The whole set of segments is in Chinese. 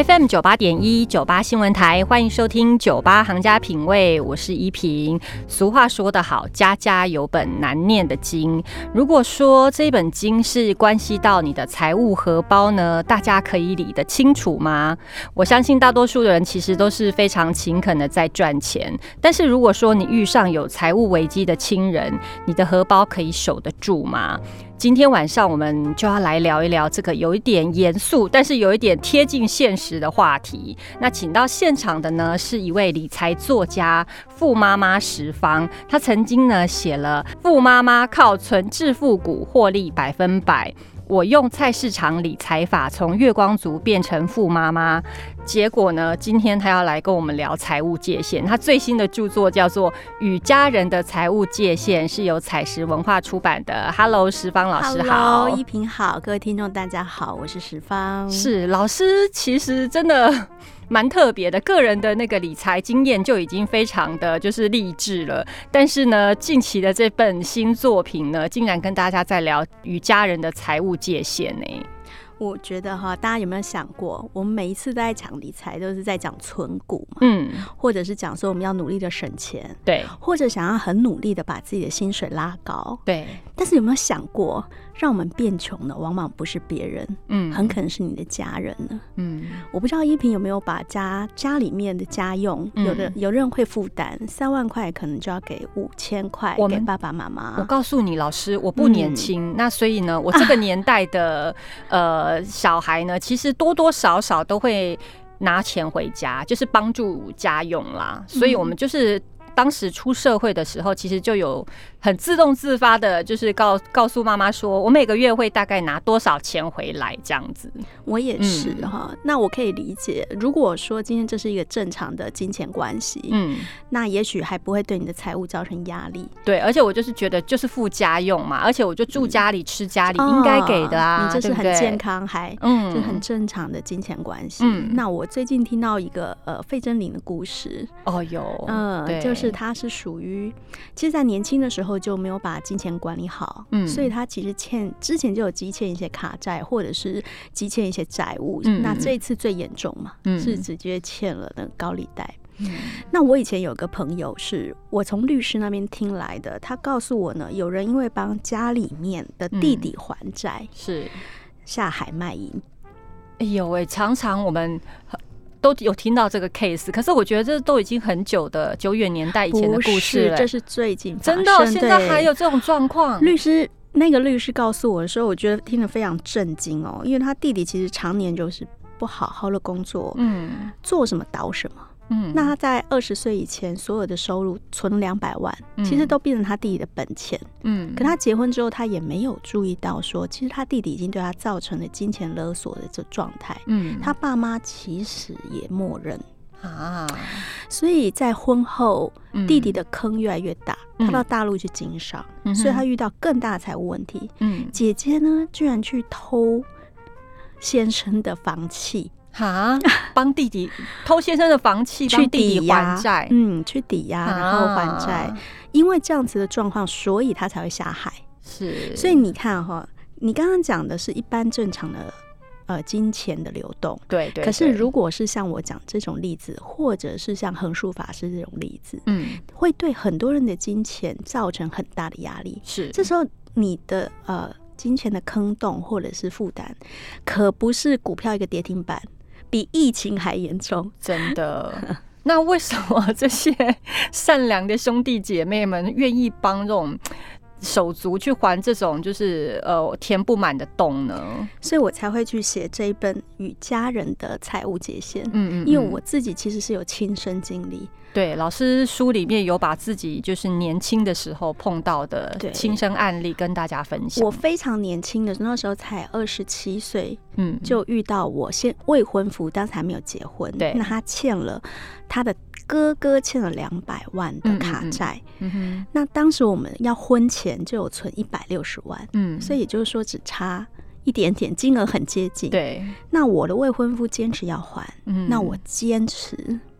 FM 98.1 98新闻台，欢迎收听98行家品味，我是依萍。俗话说得好，家家有本难念的经。如果说这本经是关系到你的财务荷包呢，大家可以理得清楚吗？我相信大多数的人其实都是非常勤恳的在赚钱，但是如果说你遇上有财务危机的亲人，你的荷包可以守得住吗？今天晚上我们就要来聊一聊这个有一点严肃，但是有一点贴近现实的话题。那请到现场的呢，是一位理财作家富妈妈十方，她曾经呢写了《富妈妈靠存致富股，获利100%》。我用菜市场理财法从月光族变成富妈妈，结果呢，今天他要来跟我们聊财务界限。他最新的著作叫做《与家人的财务界限》，是由采实文化出版的。Hello， 十方老师好。 Hello， 依萍好，各位听众大家好，我是十方。 是老师，其实真的蛮特别的，个人的那个理财经验就已经非常的就是励志了。但是呢，近期的这本新作品呢，竟然跟大家在聊与家人的财务界限呢。 我觉得哈，大家有没有想过，我们每一次都在讲理财，都是在讲存股嘛，或者是讲说我们要努力的省钱， 对， 或者想要很努力的把自己的薪水拉高， 对。 但是有没有想过，让我们变穷的往往不是别人，很可能是你的家人呢。我不知道依萍有没有把家里面的家用，有人会负担3万块，可能就要给5000块给爸爸妈妈。 我告诉你，老师，我不年轻，那所以呢，我这个年代的小孩呢，其实多多少少都会拿钱回家，就是帮助家用啦。所以我们就是当时出社会的时候，其实就有很自动自发的，就是告诉妈妈说，我每个月会大概拿多少钱回来这样子。 我也是哈，那我可以理解，如果说今天这是一个正常的金钱关系，那也许还不会对你的财务造成压力。 对，而且我就是觉得就是付家用嘛，而且我就住家里吃家里，应该给的啊， 你这是很健康，还就是很正常的金钱关系。那我最近听到一个费贞绫的故事，就是他是属于，其实在年轻的时候就没有把金钱管理好，所以他其实之前就有积欠一些卡债，或者是积欠一些债务。那这一次最严重嘛，是直接欠了那个高利贷。那我以前有个朋友是我从律师那边听来的，他告诉我呢，有人因为帮家里面的弟弟还债，是下海卖淫。 哎呦喂，常常我们都有听到这个 case， 可是我觉得这都已经很久的久远年代以前的故事了。 不是，这是最近发生真的，现在还有这种状况。 那个律师告诉我的时候，我觉得听得非常震惊哦，因为他弟弟其实常年就是不好好的工作，做什么倒什么。那他在20岁以前所有的收入存200万，其实都变成他弟弟的本钱。可他结婚之后，他也没有注意到说，其实他弟弟已经对他造成了金钱勒索的这状态。他爸妈其实也默认啊，所以在婚后，弟弟的坑越来越大，他到大陆去经商，所以他遇到更大的财务问题。姐姐呢，居然去偷先生的房契。 帮弟弟偷先生的房契，帮弟弟还债， 去抵押，然后还债。因为这样子的状况，所以他才会下海。是，所以你看哈，你刚刚讲的是一般正常的金钱的流动，对。可是如果是像我讲这种例子，或者是像横竖法师这种例子，会对很多人的金钱造成很大的压力。是，这时候你的金钱的坑洞或者是负担，可不是股票一个跌停板。比疫情还严重，真的。那为什么这些善良的兄弟姐妹们愿意帮这种手足去还这种就是填不满的洞呢？ 所以我才会去写这一本《与家人的财务界限》。因为我自己其实是有亲身经历。 对，老师书里面有把自己就是年轻的时候碰到的亲身案例跟大家分享。 我非常年轻的那时候才27岁，就遇到我未婚夫，当时还没有结婚。对，那他欠了他的哥哥欠了200万的卡债。那当时我们要婚前就有存160万，所以也就是说只差一点点，金额很接近。对，那我的未婚夫坚持要还，那我坚持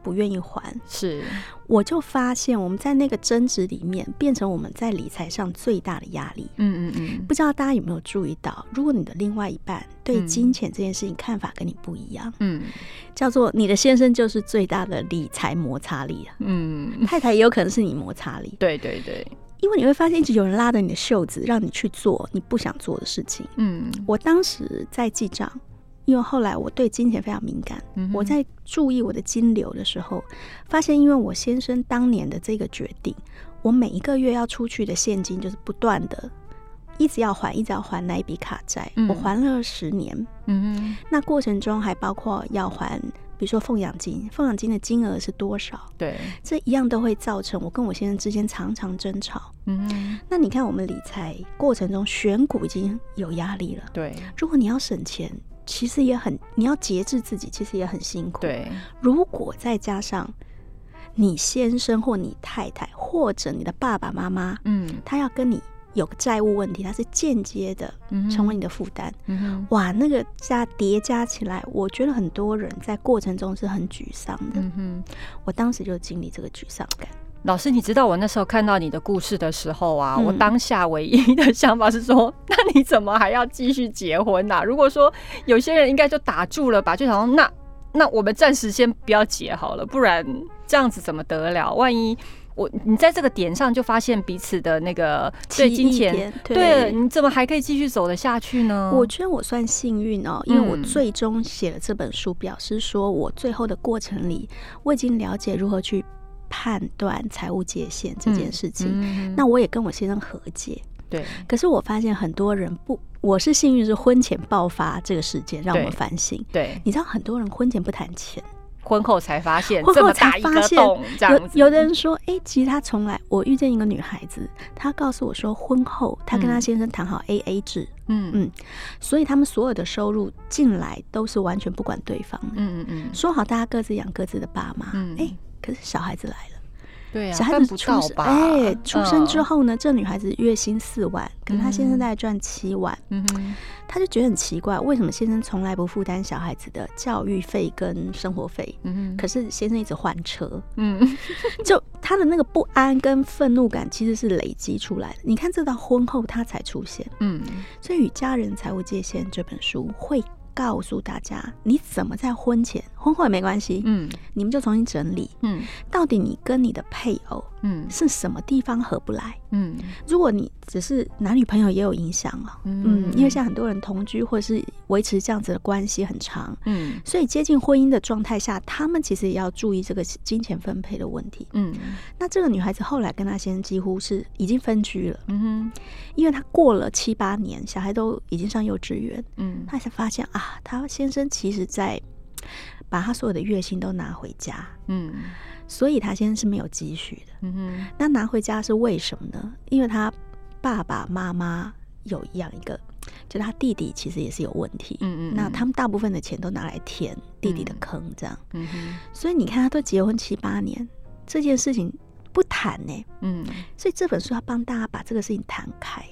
不愿意还。 是， 我就发现我们在那个争执里面变成我们在理财上最大的压力。不知道大家有没有注意到，如果你的另外一半对金钱这件事情看法跟你不一样，叫做你的先生就是最大的理财摩擦力了。太太也有可能是你摩擦力。 对对对， 因为你会发现一直有人拉着你的袖子让你去做你不想做的事情。我当时在记账，因为后来我对金钱非常敏感，我在注意我的金流的时候，发现因为我先生当年的这个决定，我每一个月要出去的现金就是不断的一直要还那一笔卡债，我还了10年。那过程中还包括要还比如说奉养金的金额是多少，对，这一样都会造成我跟我先生之间常常争吵。那你看我们理财过程中选股已经有压力了，对，如果你要省钱其实也很，你要节制自己其实也很辛苦。对，如果再加上你先生或你太太或者你的爸爸妈妈，他要跟你有个债务问题，它是间接的成为你的负担。哇，那个叠加起来，我觉得很多人在过程中是很沮丧的。我当时就经历这个沮丧感。 老师，你知道我那时候看到你的故事的时候啊，我当下唯一的想法是说，那你怎么还要继续结婚啊？如果说有些人应该就打住了吧，就想说那我们暂时先不要结好了，不然这样子怎么得了？万一你在这个点上就发现彼此的那个对金钱，对，你怎么还可以继续走得下去呢？ 我觉得我算幸运哦，因为我最终写了这本书，表示说我最后的过程里，我已经了解如何去判断财务界限这件事情。那我也跟我先生和解。对，可是我发现很多人不，我是幸运是婚前爆发这个事件让我反省。对，你知道很多人婚前不谈钱， 婚后才发现这么大一个洞，这样子。 有的人说，其实他从来，我遇见一个女孩子，她告诉我说，婚后她跟她先生谈好 AA 制，所以他们所有的收入进来都是完全不管对方的，说好大家各自养各自的爸妈，可是小孩子来了。 对啊， 小孩子出生之后呢，这女孩子月薪4万，可是她先生大概赚7万，她就觉得很奇怪，为什么先生从来不负担小孩子的教育费跟生活费，可是先生一直换车，就她的那个不安跟愤怒感其实是累积出来的。你看，这到婚后她才出现，所以《与家人财务界限》这本书会告诉大家，你怎么在婚前、婚后也没关系，你们就重新整理，到底你跟你的配偶，是什么地方合不来？如果你只是男女朋友也有影响了，因为像很多人同居或者是维持这样子的关系很长，所以接近婚姻的状态下，他们其实也要注意这个金钱分配的问题。那这个女孩子后来跟她先生几乎是已经分居了，因为她过了7、8年，小孩都已经上幼稚园，她才发现啊，她先生其实在把他所有的月薪都拿回家，所以他先生是没有积蓄的。那拿回家是为什么呢？因为他爸爸妈妈有养一个，就他弟弟其实也是有问题，那他们大部分的钱都拿来填弟弟的坑，这样。所以你看，他都结婚7、8年，这件事情不谈呢，所以这本书要帮大家把这个事情谈开。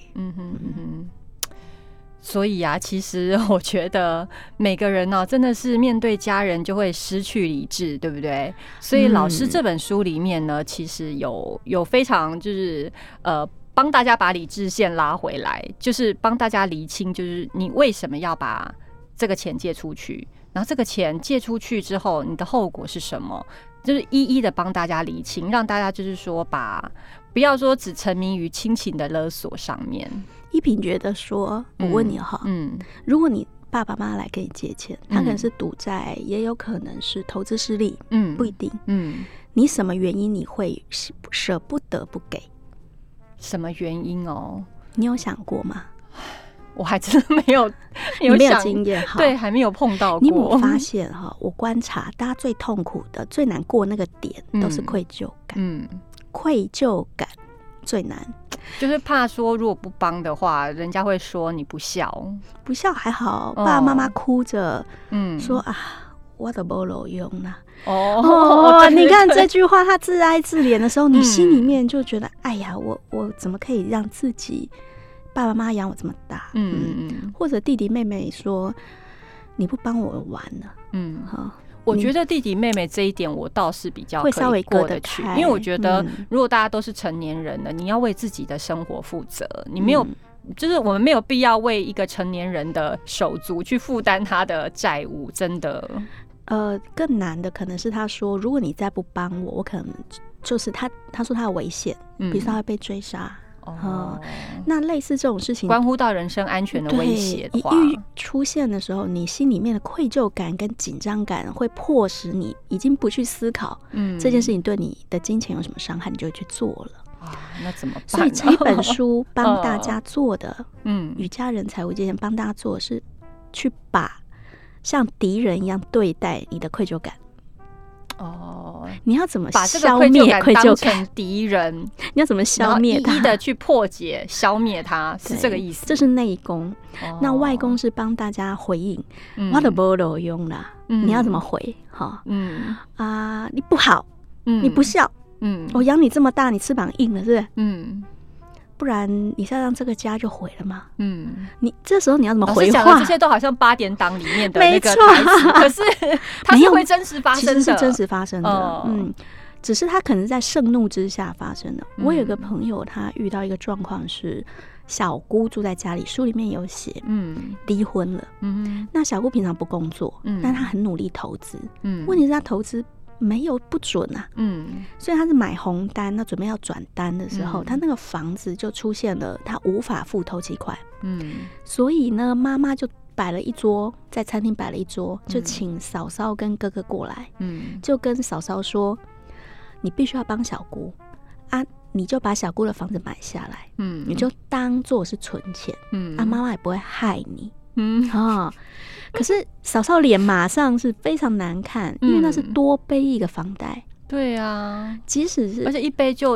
所以啊，其实我觉得每个人呢，真的是面对家人就会失去理智，对不对？所以老师这本书里面呢，其实有非常就是帮大家把理智线拉回来，就是帮大家厘清，就是你为什么要把这个钱借出去，然后这个钱借出去之后，你的后果是什么？就是一一的帮大家厘清，让大家就是说不要说只沉迷于亲情的勒索上面。 一平觉得说，我问你哈，如果你爸爸妈妈来跟你借钱，他可能是赌债，也有可能是投资失利，不一定。你什么原因你会舍不得不给？ 什么原因哦？ 你有想过吗？ 我还真的没有经验， 对，还没有碰到过。 你有没有发现哈？我观察大家最痛苦的、最难过那个点，都是愧疚感。愧疚感最难， 就是怕说如果不帮的话，人家会说你不孝。 不孝还好，爸爸妈妈哭着，说啊，我的没路用啦。你看这句话，他自哀自怜的时候，你心里面就觉得，哎呀，我怎么可以让自己爸爸妈妈养我这么大？或者弟弟妹妹说你不帮我玩了， 我觉得弟弟妹妹这一点我倒是比较会稍微过得去，因为我觉得如果大家都是成年人了，你要为自己的生活负责，你没有就是我们没有必要为一个成年人的手足去负担他的债务，真的。 更难的可能是他说，如果你再不帮我，我可能就是他说他有危险，比如说他会被追杀。那类似这种事情关乎到人身安全的威胁的话， 一出现的时候，你心里面的愧疚感跟紧张感会迫使你已经不去思考这件事情对你的金钱有什么伤害，你就会去做了。 那怎么办？ 所以这本书帮大家做的，与家人财务界限帮大家做的是去把像敌人一样对待你的愧疚感。你要怎么消灭愧疚感？ 成敌人， 你要怎么消灭它？ 一一的去破解、消灭它，是这个意思。 这是内功。那外功是帮大家回应，我的没有用啦。你要怎么回？你不好，你不孝，我养你这么大，你翅膀硬了，是不是？不然你是要让这个家就毁了吗？你这时候你要怎么回话？ 这些都好像8点档里面的那个台词，可是它是会真实发生的， 其实是真实发生的。只是他可能在盛怒之下发生的。我有个朋友，他遇到一个状况是，小姑住在家里，书里面有写，离婚了。那小姑平常不工作，但她很努力投资。问题是她投资没有不准啊，所以他是买红单，那准备要转单的时候，他那个房子就出现了他无法付头期款，所以呢，妈妈就摆了一桌，在餐厅摆了一桌，就请嫂嫂跟哥哥过来，就跟嫂嫂说，你必须要帮小姑啊，你就把小姑的房子买下来，你就当做是存钱，妈妈也不会害你。可是嫂嫂脸马上是非常难看，因为那是多背一个房贷。 对啊， 即使是而且一背就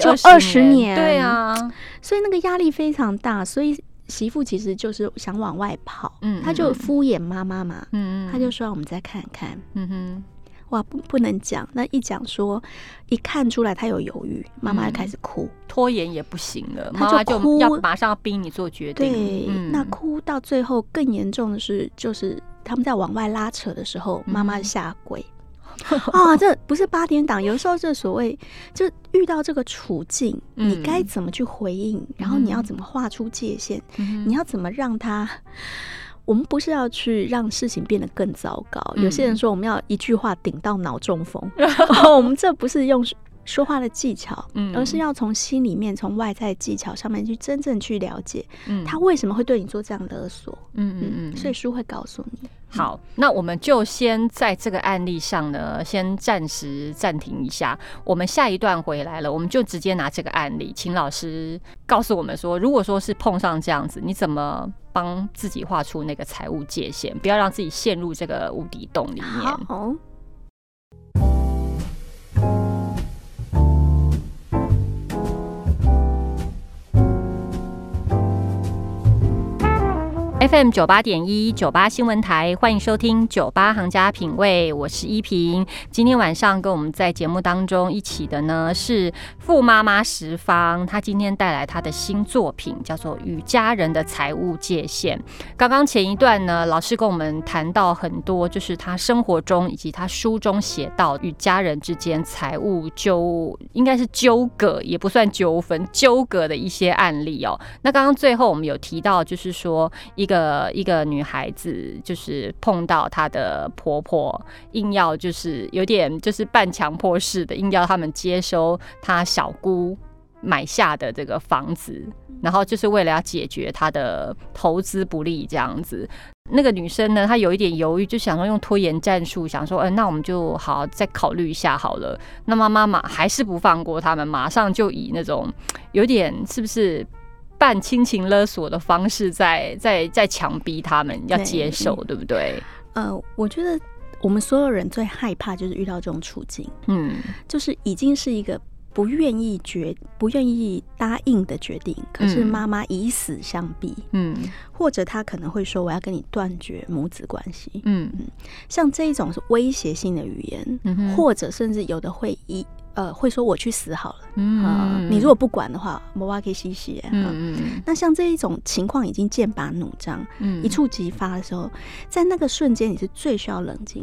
20年， 对啊， 所以那个压力非常大。所以媳妇其实就是想往外跑，她就敷衍妈妈嘛，她就说我们再看看，哇，不能讲，那一讲说，一看出来他有犹豫，妈妈就开始哭， 拖延也不行了，妈妈就要马上要逼你做决定。 对，那哭到最后更严重的是，就是他们在往外拉扯的时候，妈妈下跪。这不是8点档，有时候这所谓就遇到这个处境，你该怎么去回应，然后你要怎么画出界限，你要怎么让他。我们不是要去让事情变得更糟糕，有些人说我们要一句话顶到脑中风，我们这不是用说话的技巧，而是要从心里面，从外在技巧上面去真正去了解，他为什么会对你做这样勒索，所以书会告诉你。 好，那我们就先在这个案例上呢，先暂时暂停一下。我们下一段回来了，我们就直接拿这个案例，请老师告诉我们说，如果说是碰上这样子，你怎么帮自己画出那个财务界限，不要让自己陷入这个无底洞里面。 好。 FM 98.1 98新闻台，欢迎收听98行家品味，我是依萍。今天晚上跟我们在节目当中一起的呢是富妈妈十方，她今天带来她的新作品，叫做《与家人的财务界限》。刚刚前一段呢，老师跟我们谈到很多，就是他生活中以及他书中写到与家人之间财务应该是纠葛，也不算纠纷，纠葛的一些案例哦。那刚刚最后我们有提到，就是说一个女孩子就是碰到她的婆婆，硬要就是有点就是半强迫式的，硬要他们接收她小姑买下的这个房子，然后就是为了要解决她的投资不利这样子。那个女生呢，她有一点犹豫，就想说用拖延战术，想说那我们就好再考虑一下好了。那妈妈还是不放过他们，马上就以那种有点是不是半亲情勒索的方式在强逼他们要接受， 对不对？ 我觉得我们所有人最害怕就是遇到这种处境，就是已经是一个不愿意答应的决定，可是妈妈以死相逼，或者他可能会说我要跟你断绝母子关系，像这一种是威胁性的语言，或者甚至有的会说我去死好了，你如果不管的话，我可以洗洗。那像这一种情况已经剑拔弩张，一触即发的时候，在那个瞬间你是最需要冷静的。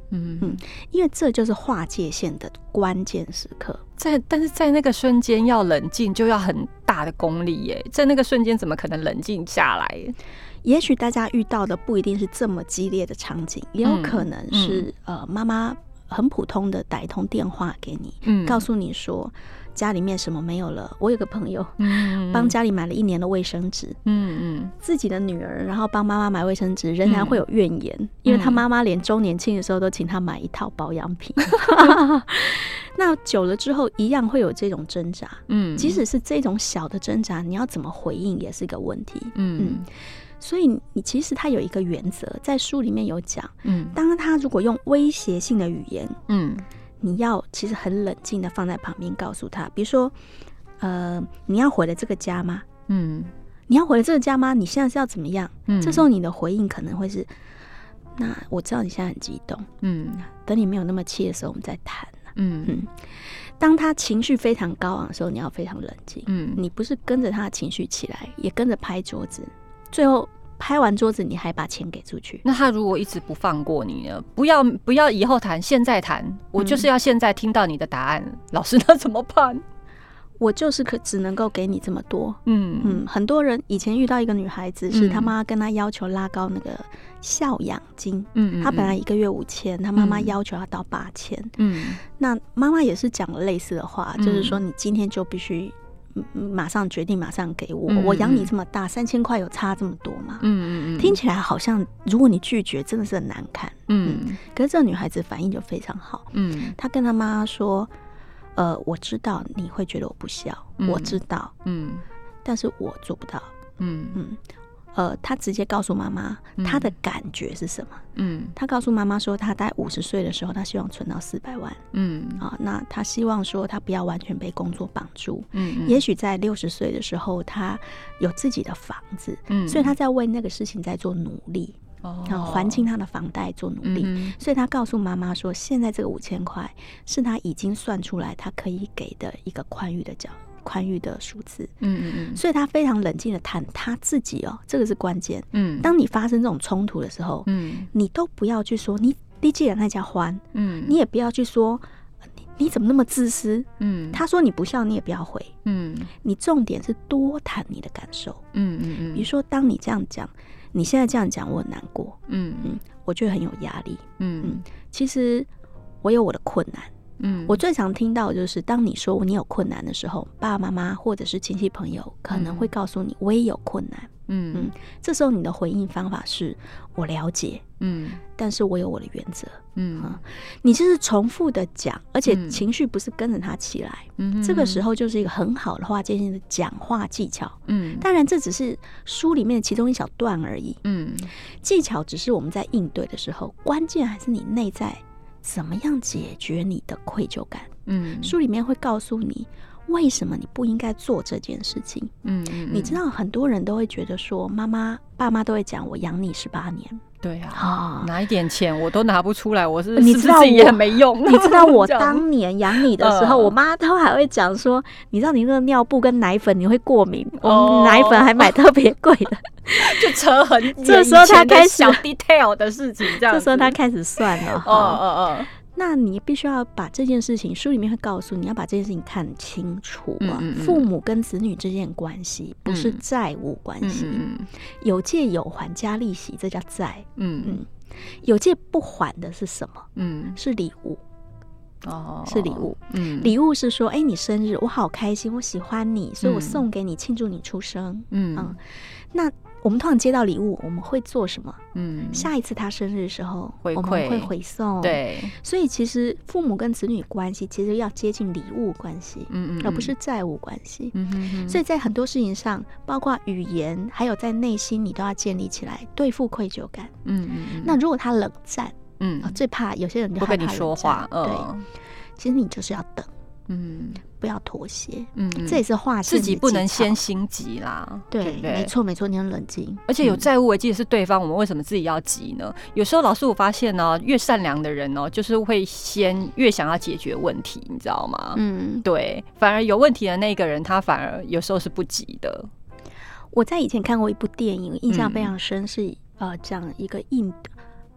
因为这就是划界线的关键时刻。 但是在那个瞬间要冷静，就要很大的功力耶。在那个瞬间怎么可能冷静下来？ 也许大家遇到的不一定是这么激烈的场景，也有可能是妈妈很普通的打一通电话给你，告诉你说家里面什么没有了。我有个朋友帮家里买了1年的卫生纸，自己的女儿然后帮妈妈买卫生纸，仍然会有怨言，因为他妈妈连周年庆的时候都请他买一套保养品。那久了之后一样会有这种挣扎，即使是这种小的挣扎，你要怎么回应也是一个问题。所以你其实他有一个原则，在书里面有讲，当他如果用威胁性的语言，你要其实很冷静的放在旁边告诉他，比如说你要回了这个家吗？你要回了这个家吗？你现在是要怎么样？这时候你的回应可能会是，那我知道你现在很激动，等你没有那么气的时候我们再谈。当他情绪非常高昂的时候，你要非常冷静，你不是跟着他的情绪起来，也跟着拍桌子，最后拍完桌子你还把钱给出去。那他如果一直不放过你呢？不要以后谈，现在谈，我就是要现在听到你的答案。老师，那怎么办？ 我就是只能够给你这么多。很多人以前遇到一个女孩子，是她妈跟她要求拉高那个孝养金，她本来1个月5000，她妈妈要求要到8000。那妈妈也是讲了类似的话，就是说你今天就必须马上决定，马上给我，我养你这么大，3000块有差这么多吗？听起来好像如果你拒绝真的是很难看。可是这个女孩子反应就非常好。她跟她妈说，我知道你会觉得我不孝，我知道，但是我做不到。他直接告诉妈妈他的感觉是什么。他告诉妈妈说，他大概50岁的时候，他希望存到400万。那他希望说他不要完全被工作绑住。也许在60岁的时候，他有自己的房子，所以他在为那个事情在做努力。还清他的房贷做努力。所以他告诉妈妈说，现在这个5000块是他已经算出来他可以给的一个宽裕的数字。所以他非常冷静的谈他自己，这个是关键。当你发生这种冲突的时候，你都不要去说你既然在家还，你也不要去说你怎么那么自私。他说你不孝，你也不要回。你重点是多谈你的感受。比如说当你这样讲，你现在这样讲我很难过，我觉得很有压力，其实我有我的困难。我最常听到的就是当你说你有困难的时候，爸爸妈妈或者是亲戚朋友可能会告诉你我也有困难。这时候你的回应方法是我了解，但是我有我的原则。你就是重复的讲，而且情绪不是跟着他起来。这个时候就是一个很好的划界线的讲话技巧。当然这只是书里面的其中一小段而已。技巧只是我们在应对的时候，关键还是你内在怎么样解决你的愧疚感。书里面会告诉你为什么你不应该做这件事情。你知道很多人都会觉得说，爸妈都会讲我养你18年。对啊，拿一点钱我都拿不出来，我是你知道自己也很没用。 你知道我当年养你的时候，我妈都还会讲说，你知道你那个尿布跟奶粉你会过敏，我们奶粉还买特别贵的， 就扯很远。 这时候他开始小 detail 的事情，这样子。 这时候他开始算了。那你必须要把这件事情，书里面会告诉你要把这件事情看清楚啊。父母跟子女之间的关系不是债务关系，有借有还加利息，这叫债。有借不还的是什么？是礼物。是礼物。礼物是说，你生日我好开心，我喜欢你，所以我送给你庆祝你出生。那我们通常接到礼物我们会做什么？下一次他生日的时候我们会回送。对，所以其实父母跟子女关系其实要接近礼物关系，而不是债务关系。所以在很多事情上，包括语言还有在内心，你都要建立起来对付愧疚感。那如果他冷战，最怕有些人就害怕冷战，不跟你说话。对，其实你就是要等。不要妥协。这也是划线，自己不能先心急啦。 对，没错没错，你很冷静。 而且有债务危机的是对方，我们为什么自己要急呢？有时候老师我发现呢，越善良的人呢，就是会越想要解决问题，你知道吗？对，反而有问题的那个人，他反而有时候是不急的。我在以前看过一部电影，印象非常深，是讲一个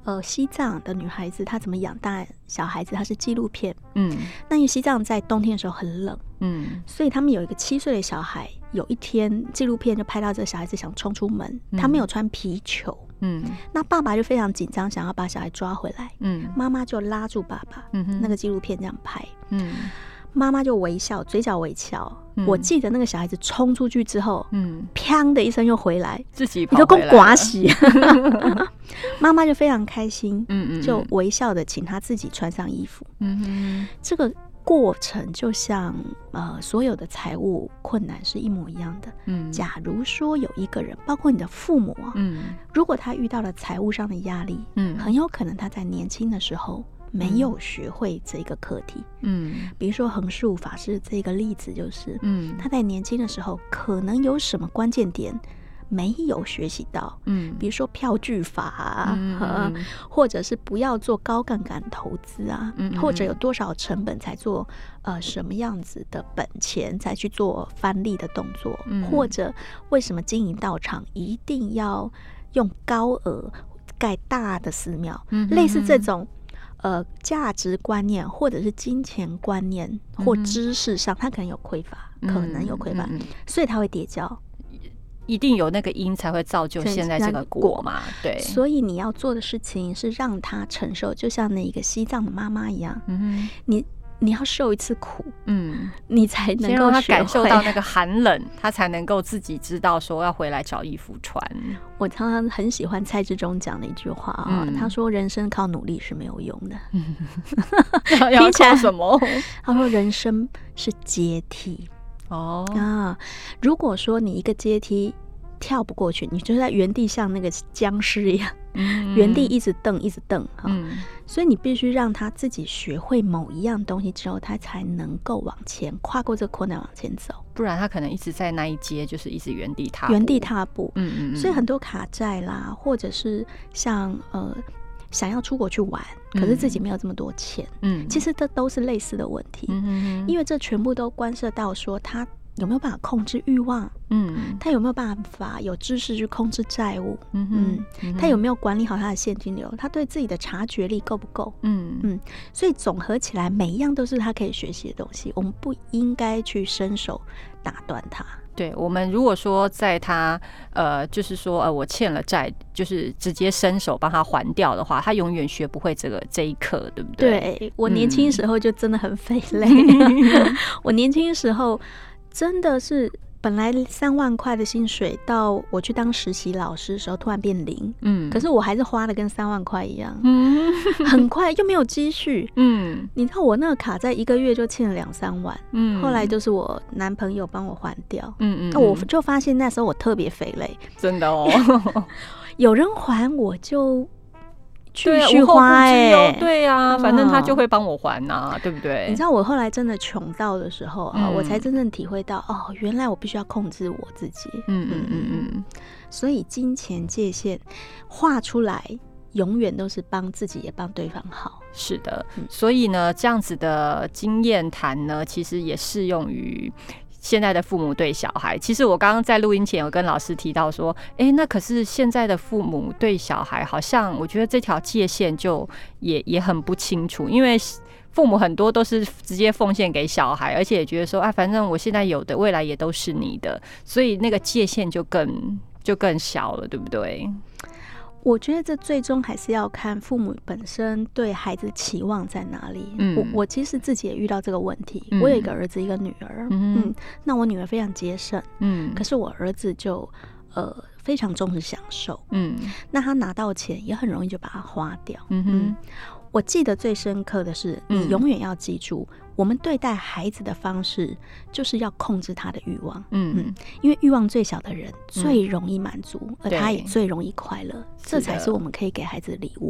西藏的女孩子她怎么养大小孩子，她是纪录片。那因为西藏在冬天的时候很冷，所以他们有一个7岁的小孩，有一天纪录片就拍到这个小孩子想冲出门，他没有穿皮球，那爸爸就非常紧张，想要把小孩抓回来，妈妈就拉住爸爸，那个纪录片这样拍，妈妈就微笑，嘴角微笑。我记得那个小孩子冲出去之后，砰的一声又回来， 自己跑回来了， 你就跟刮洗。妈妈就非常开心，就微笑的请他自己穿上衣服。这个过程就像所有的财务困难是一模一样的。假如说有一个人，包括你的父母啊，如果他遇到了财务上的压力，很有可能他在年轻的时候没有学会这个课题。比如说横竖法师这个例子就是，他在年轻的时候可能有什么关键点没有学习到，比如说票据法啊，或者是不要做高杠杆投资啊，或者有多少成本才做什么样子的本钱才去做翻利的动作，或者为什么经营道场一定要用高额盖大的寺庙，类似这种价值观念或者是金钱观念或知识上，他可能有匮乏，所以他会跌跤。 一定有那个因才会造就现在这个果嘛，对。 所以你要做的事情是让他承受，就像那个西藏的妈妈一样，你要受一次苦，你才能够先让他感受到那个寒冷，他才能够自己知道说要回来找衣服穿。 我常常很喜欢蔡志忠讲的一句话啊，他说人生靠努力是没有用的。 要靠什么？ 他说人生是阶梯。如果说你一个阶梯跳不过去，你就在原地像那个僵尸一样，原地一直蹬一直蹬，所以你必须让他自己学会某一样东西之后，他才能够往前跨过这个困难往前走， 不然他可能一直在那一阶就是一直原地踏步。 所以很多卡债啦，或者是像想要出国去玩，可是自己没有这么多钱，其实这都是类似的问题，因为这全部都关涉到说他有没有办法控制欲望，他有没有办法有知识去控制债务，他有没有管理好他的现金流，他对自己的察觉力够不够，所以总合起来每一样都是他可以学习的东西，我们不应该去伸手打断他。 对，我们如果说在他就是说我欠了债，就是直接伸手帮他还掉的话，他永远学不会这一课，对不对？ 对，我年轻时候就真的很费累。我年轻时候真的是本来3万块的薪水，到我去当实习老师的时候突然变0，可是我还是花的跟3万块一样，很快又没有积蓄，你知道我那个卡在1个月就欠了2-3万，后来就是我男朋友帮我还掉，那我就发现那时候我特别肥累， 真的哦， 有人还我就继续花， 对啊，反正他就会帮我还啊，对不对？ 你知道我后来真的穷到的时候我才真正体会到原来我必须要控制我自己。所以金钱界限画出来，永远都是帮自己也帮对方好。 是的，所以呢，这样子的经验谈呢，其实也适用于现在的父母对小孩。其实我刚刚在录音前有跟老师提到说，那可是现在的父母对小孩好像我觉得这条界限就也很不清楚，因为父母很多都是直接奉献给小孩，而且也觉得说反正我现在有的未来也都是你的，所以那个界限就更小了，对不对？ 我觉得这最终还是要看父母本身对孩子的期望在哪里。我其实自己也遇到这个问题，我有一个儿子一个女儿，那我女儿非常节省，可是我儿子就非常重视享受，那他拿到钱也很容易就把它花掉。我记得最深刻的是，你永远要记住，我们对待孩子的方式就是要控制他的欲望。因为欲望最小的人最容易满足，而他也最容易快乐，这才是我们可以给孩子的礼物。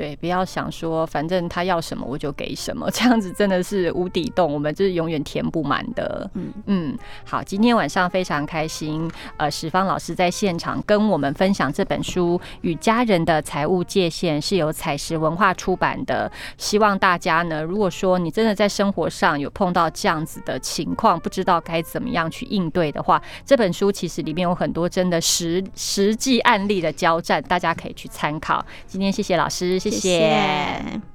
对，不要想说反正他要什么我就给什么，这样子真的是无底洞，我们就是永远填不满的。好，今天晚上非常开心，史芳老师在现场跟我们分享这本书《与家人的财务界限》，是由采实文化出版的。希望大家呢，如果说你真的在生活上有碰到这样子的情况，不知道该怎么样去应对的话，这本书其实里面有很多真的实际案例的交战，大家可以去参考。今天谢谢老师，谢谢。